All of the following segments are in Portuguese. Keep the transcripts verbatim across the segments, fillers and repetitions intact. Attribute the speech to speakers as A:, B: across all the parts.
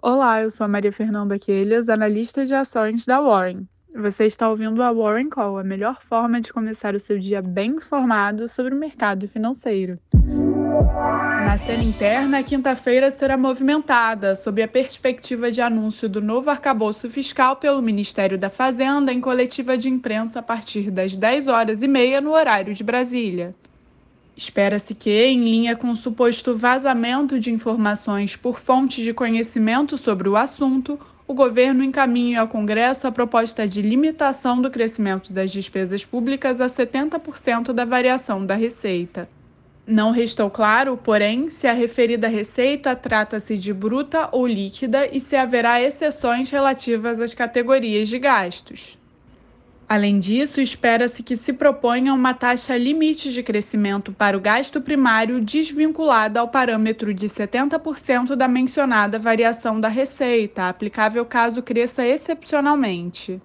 A: Olá, eu sou a Maria Fernanda Quelhas, analista de ações da Warren. Você está ouvindo a Warren Call, a melhor forma de começar o seu dia bem informado sobre o mercado financeiro. Na cena interna, a quinta-feira será movimentada, sob a perspectiva de anúncio do novo arcabouço fiscal pelo Ministério da Fazenda em coletiva de imprensa a partir das dez horas e meia no horário de Brasília. Espera-se que, em linha com o suposto vazamento de informações por fontes de conhecimento sobre o assunto, o governo encaminhe ao Congresso a proposta de limitação do crescimento das despesas públicas a setenta por cento da variação da receita. Não restou claro, porém, se a referida receita trata-se de bruta ou líquida e se haverá exceções relativas às categorias de gastos. Além disso, espera-se que se proponha uma taxa limite de crescimento para o gasto primário desvinculada ao parâmetro de setenta por cento da mencionada variação da receita, aplicável caso cresça excepcionalmente.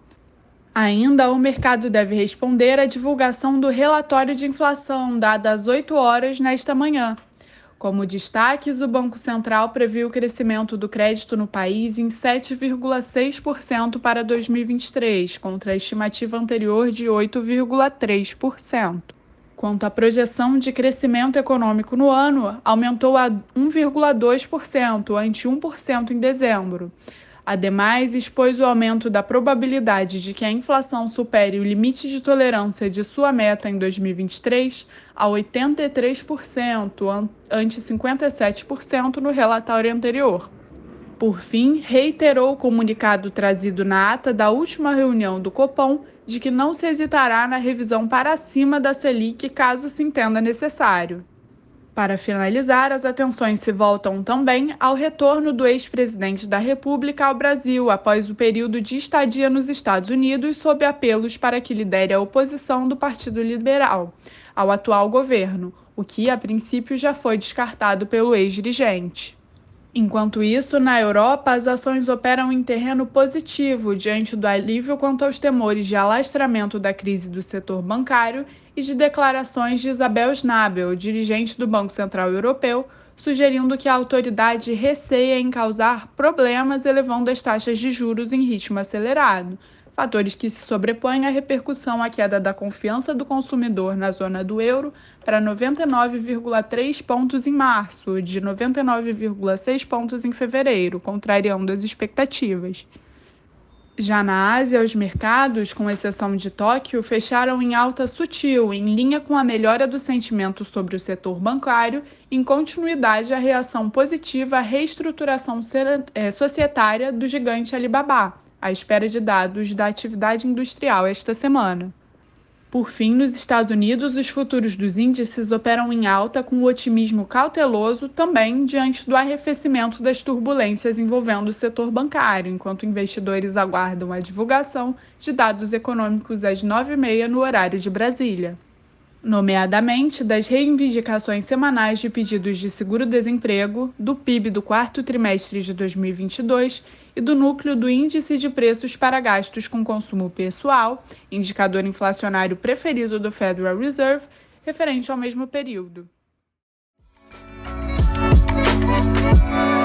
A: Ainda, o mercado deve responder à divulgação do relatório de inflação, dada às oito horas nesta manhã. Como destaques, o Banco Central previu o crescimento do crédito no país em sete vírgula seis por cento para dois mil e vinte e três, contra a estimativa anterior de oito vírgula três por cento. Quanto à projeção de crescimento econômico no ano, aumentou a um vírgula dois por cento, ante um por cento em dezembro. Ademais, expôs o aumento da probabilidade de que a inflação supere o limite de tolerância de sua meta em dois mil e vinte e três a oitenta e três por cento, ante cinquenta e sete por cento no relatório anterior. Por fim, reiterou o comunicado trazido na ata da última reunião do Copom de que não se hesitará na revisão para cima da Selic caso se entenda necessário. Para finalizar, as atenções se voltam também ao retorno do ex-presidente da República ao Brasil após o período de estadia nos Estados Unidos sob apelos para que lidere a oposição do Partido Liberal ao atual governo, o que, a princípio, já foi descartado pelo ex-dirigente. Enquanto isso, na Europa, as ações operam em terreno positivo diante do alívio quanto aos temores de alastramento da crise do setor bancário e de declarações de Isabel Schnabel, dirigente do Banco Central Europeu, sugerindo que a autoridade receia em causar problemas elevando as taxas de juros em ritmo acelerado, fatores que se sobrepõem à repercussão à queda da confiança do consumidor na zona do euro para noventa e nove vírgula três pontos em março, de noventa e nove vírgula seis pontos em fevereiro, contrariando as expectativas. Já na Ásia, os mercados, com exceção de Tóquio, fecharam em alta sutil, em linha com a melhora do sentimento sobre o setor bancário, em continuidade à reação positiva à reestruturação societária do gigante Alibaba, à espera de dados da atividade industrial esta semana. Por fim, nos Estados Unidos, os futuros dos índices operam em alta com o otimismo cauteloso também diante do arrefecimento das turbulências envolvendo o setor bancário, enquanto investidores aguardam a divulgação de dados econômicos às nove e meia no horário de Brasília, nomeadamente das reivindicações semanais de pedidos de seguro-desemprego, do P I B do quarto trimestre de dois mil e vinte e dois e do núcleo do Índice de Preços para Gastos com Consumo Pessoal, indicador inflacionário preferido do Federal Reserve, referente ao mesmo período.